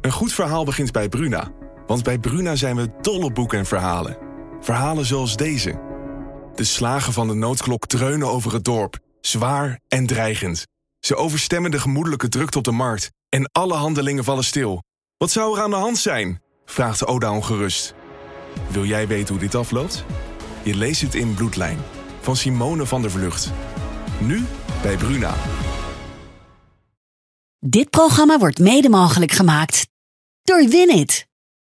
Een goed verhaal begint bij Bruna. Want bij Bruna zijn we dol op boeken en verhalen. Verhalen zoals deze. De slagen van de noodklok dreunen over het dorp. Zwaar en dreigend. Ze overstemmen de gemoedelijke drukte op de markt. En alle handelingen vallen stil. Wat zou er aan de hand zijn? Vraagt Oda ongerust. Wil jij weten hoe dit afloopt? Je leest het in Bloedlijn. Van Simone van der Vlucht. Nu bij Bruna. Dit programma wordt mede mogelijk gemaakt door Winit.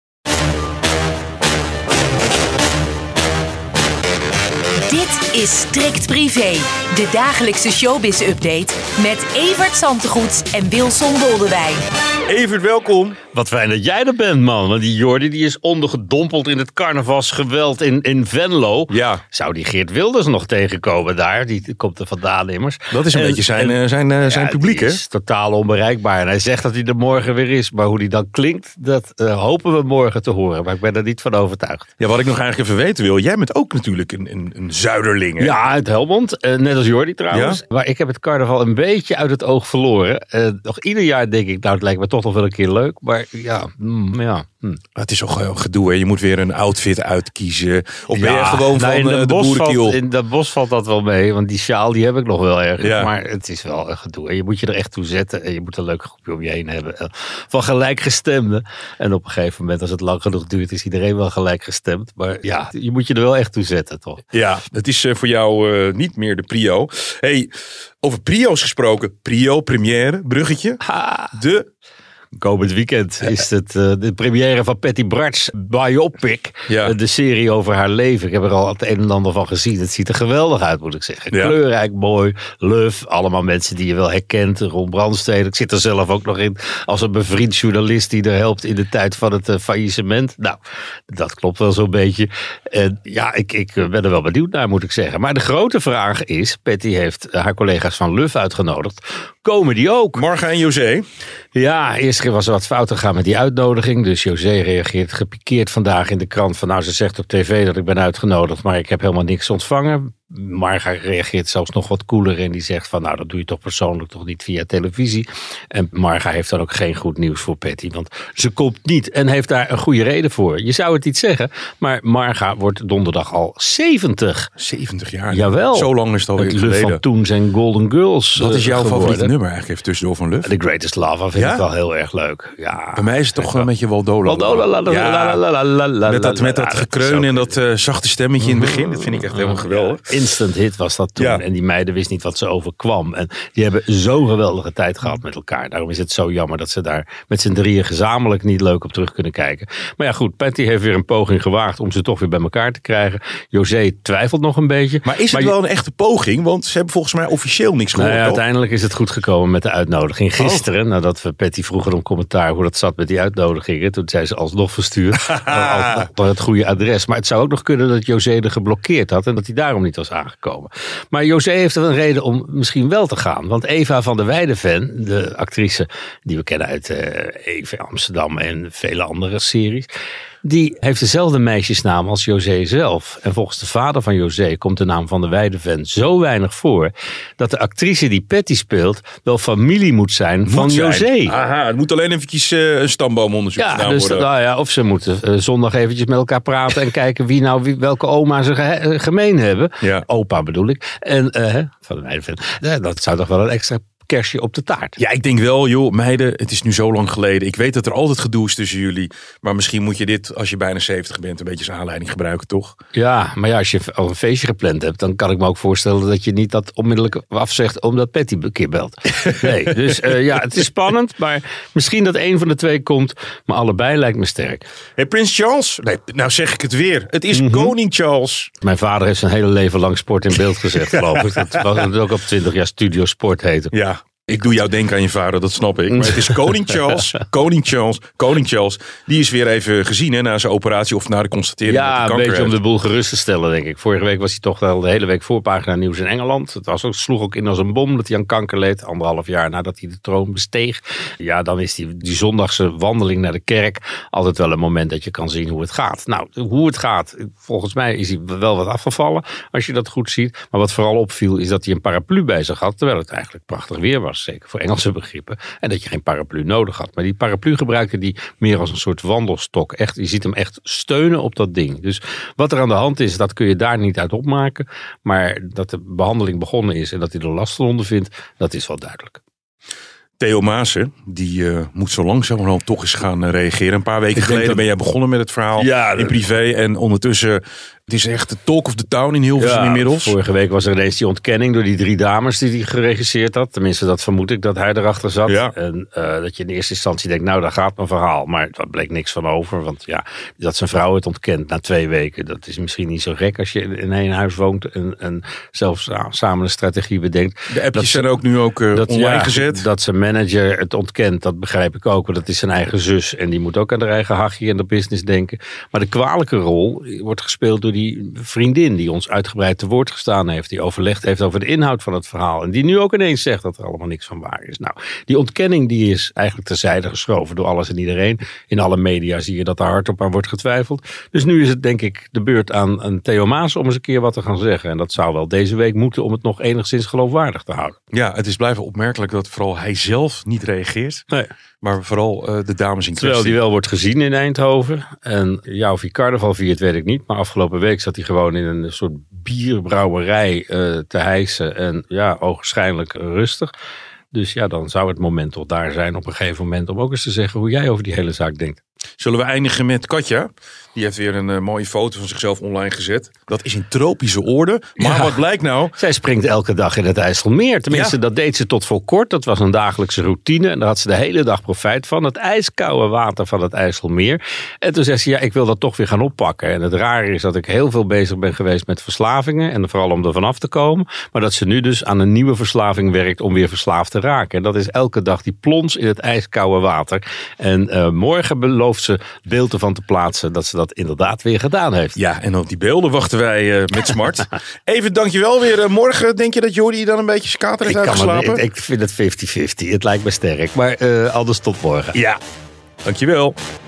Dit is Strikt Privé, de dagelijkse showbiz-update met Evert Santegoeds en Wilson Boldewijn. Evert, welkom. Wat fijn dat jij er bent, man. Want die Jordi die is ondergedompeld in het carnavalsgeweld in Venlo. Ja. Zou die Geert Wilders nog tegenkomen daar? Die komt er vandaan immers. Dat is een beetje zijn publiek, hè? Die is totaal onbereikbaar. En hij zegt dat hij er morgen weer is. Maar hoe die dan klinkt, dat hopen we morgen te horen. Maar ik ben er niet van overtuigd. Ja, wat ik nog eigenlijk even weten wil. Jij bent ook natuurlijk een zuiderling, hè? Ja, uit Helmond. Net als Jordi trouwens. Ja? Maar ik heb het carnaval een beetje uit het oog verloren. Nog ieder jaar denk ik, nou het lijkt me toch nog wel een keer leuk. Maar ja. Het is toch gedoe, hè? Je moet weer een outfit uitkiezen. Of ben je gewoon van de boerenkiel? In dat bos valt dat wel mee. Want die sjaal die heb ik nog wel erg. Ja. Maar het is wel een gedoe. En je moet je er echt toe zetten. En je moet een leuk groepje om je heen hebben. Van gelijkgestemden. En op een gegeven moment, als het lang genoeg duurt, is iedereen wel gelijkgestemd. Maar ja, je moet je er wel echt toe zetten, toch? Ja, het is voor jou niet meer de prio. Hey, over prio's gesproken. Prio, première, bruggetje. Komend weekend is het de première van Patty Bart's biopic. Ja. De serie over haar leven. Ik heb er al het een en ander van gezien. Het ziet er geweldig uit, moet ik zeggen. Ja. Kleurrijk, mooi, luf. Allemaal mensen die je wel herkent. Ron Brandstede. Ik zit er zelf ook nog in als een bevriend journalist die er helpt in de tijd van het faillissement. Nou, dat klopt wel zo'n beetje. En ja, ik ben er wel benieuwd naar, moet ik zeggen. Maar de grote vraag is, Patty heeft haar collega's van Luf uitgenodigd. Komen die ook? Marga en José? Ja, eerst was er wat fout gegaan met die uitnodiging. Dus José reageert gepikeerd vandaag in de krant van, nou, ze zegt op tv dat ik ben uitgenodigd, maar ik heb helemaal niks ontvangen. Marga reageert zelfs nog wat koeler en die zegt van, nou, dat doe je toch persoonlijk, toch niet via televisie. En Marga heeft dan ook geen goed nieuws voor Patty, want ze komt niet en heeft daar een goede reden voor. Je zou het niet zeggen, maar Marga wordt donderdag al 70. 70 jaar? Jawel. Zo lang is het alweer geleden. Het Luf van toen zijn Golden Girls. Wat is jouw geworden. favoriete nummer eigenlijk even tussendoor van Luf? The Greatest Love vind ik wel heel erg leuk. Ja, bij mij is het toch een beetje Waldola. Met dat gekreun en dat zachte stemmetje in het begin. Dat vind ik echt helemaal geweldig. Instant hit was dat toen. Ja. En die meiden wist niet wat ze overkwam. En die hebben zo'n geweldige tijd gehad met elkaar. Daarom is het zo jammer dat ze daar met z'n drieën gezamenlijk niet leuk op terug kunnen kijken. Maar ja goed, Patty heeft weer een poging gewaagd om ze toch weer bij elkaar te krijgen. José twijfelt nog een beetje. Maar is het wel een echte poging? Want ze hebben volgens mij officieel niks gehoord. Uiteindelijk is het goed gekomen met de uitnodiging. Gisteren, nadat we Patty vroegen om commentaar hoe dat zat met die uitnodigingen. Toen zei ze alsnog verstuurd. Alsnog het goede adres. Maar het zou ook nog kunnen dat José er geblokkeerd had. En dat hij daarom niet was aangekomen. Maar José heeft er een reden om misschien wel te gaan. Want Eva van der Weideven, de actrice die we kennen uit Eva Amsterdam en vele andere series, die heeft dezelfde meisjesnaam als José zelf. En volgens de vader van José komt de naam van der Weideven zo weinig voor, dat de actrice die Patty speelt wel familie moet zijn van José. Aha, het moet alleen eventjes een stamboomonderzoek gedaan worden. Nou ja, of ze moeten zondag eventjes met elkaar praten en kijken welke oma ze gemeen hebben. Ja. Opa bedoel ik. En van der Weideven. Dat zou toch wel een extra kerstje op de taart. Ja, ik denk wel, joh, meiden, het is nu zo lang geleden. Ik weet dat er altijd gedoe is tussen jullie. Maar misschien moet je dit, als je bijna 70 bent, een beetje als aanleiding gebruiken, toch? Ja, maar ja, als je al een feestje gepland hebt, dan kan ik me ook voorstellen dat je niet dat onmiddellijk afzegt omdat Patty een keer belt. Nee, dus ja, het is spannend, maar misschien dat één van de twee komt, maar allebei lijkt me sterk. Hey, Prins Charles? Nee, nou zeg ik het weer. Het is koning Charles. Mijn vader heeft zijn hele leven lang sport in beeld gezet, geloof ik. Dat was het ook op 20 jaar Studio Sport heette. Ja. Ik doe jou denken aan je vader, dat snap ik. Maar het is koning Charles. Koning Charles. Die is weer even gezien hè, na zijn operatie of na de constatering dat hij kanker heeft. Ja, een beetje om de boel gerust te stellen, denk ik. Vorige week was hij toch wel de hele week voorpagina nieuws in Engeland. Het sloeg ook in als een bom dat hij aan kanker leed. 1,5 jaar nadat hij de troon besteeg. Ja, dan is die zondagse wandeling naar de kerk altijd wel een moment dat je kan zien hoe het gaat. Nou, hoe het gaat, volgens mij is hij wel wat afgevallen, als je dat goed ziet. Maar wat vooral opviel is dat hij een paraplu bij zich had, terwijl het eigenlijk prachtig weer was. was, zeker voor Engelse begrippen. En dat je geen paraplu nodig had. Maar die paraplu gebruikte die meer als een soort wandelstok. Echt, je ziet hem echt steunen op dat ding. Dus wat er aan de hand is, dat kun je daar niet uit opmaken. Maar dat de behandeling begonnen is en dat hij er last van ondervindt, dat is wel duidelijk. Theo Maassen, die moet zo langzamerhand toch eens gaan reageren. Een paar weken geleden ben jij begonnen met het verhaal in privé. En ondertussen, het is echt de talk of the town in Hilversum inmiddels. Vorige week was er ineens die ontkenning door die 3 dames die hij geregisseerd had. Tenminste, dat vermoed ik, dat hij erachter zat. Ja. En dat je in eerste instantie denkt, nou, daar gaat mijn verhaal. Maar daar bleek niks van over. Want ja, dat zijn vrouw het ontkent na 2 weken. Dat is misschien niet zo gek als je in één huis woont. En zelfs samen een strategie bedenkt. De appjes zijn ook nu online gezet. Dat zijn manager het ontkent, dat begrijp ik ook. Want dat is zijn eigen zus. En die moet ook aan de eigen hachje en de business denken. Maar de kwalijke rol wordt gespeeld door die vriendin die ons uitgebreid te woord gestaan heeft. Die overlegd heeft over de inhoud van het verhaal. En die nu ook ineens zegt dat er allemaal niks van waar is. Nou, die ontkenning die is eigenlijk terzijde geschoven door alles en iedereen. In alle media zie je dat er hardop aan wordt getwijfeld. Dus nu is het denk ik de beurt aan Theo Maassen om eens een keer wat te gaan zeggen. En dat zou wel deze week moeten om het nog enigszins geloofwaardig te houden. Ja, het is blijven opmerkelijk dat vooral hij zelf niet reageert. Nee. Maar vooral de dames in kwestie. Terwijl die wel wordt gezien in Eindhoven. En ja, of hij carnaval viert, weet ik niet. Maar afgelopen week zat hij gewoon in een soort bierbrouwerij te hijsen. En ja, ogenschijnlijk rustig. Dus ja, dan zou het moment toch daar zijn op een gegeven moment om ook eens te zeggen hoe jij over die hele zaak denkt. Zullen we eindigen met Katja? Die heeft weer een mooie foto van zichzelf online gezet. Dat is in tropische orde. Maar wat blijkt nou? Zij springt elke dag in het IJsselmeer. Tenminste, dat deed ze tot voor kort. Dat was een dagelijkse routine. En daar had ze de hele dag profijt van. Het ijskoude water van het IJsselmeer. En toen zei ze, ja, ik wil dat toch weer gaan oppakken. En het rare is dat ik heel veel bezig ben geweest met verslavingen. En vooral om er vanaf te komen. Maar dat ze nu dus aan een nieuwe verslaving werkt om weer verslaafd te raken. En dat is elke dag die plons in het ijskoude water. En morgen belooft ze beelden van te plaatsen dat ze dat inderdaad weer gedaan heeft. Ja, en op die beelden wachten wij met smart. Even dankjewel weer. Morgen denk je dat Jordi dan een beetje skater heeft uitgeslapen? Ik vind het 50-50. Het lijkt me sterk. Maar anders tot morgen. Ja, dankjewel.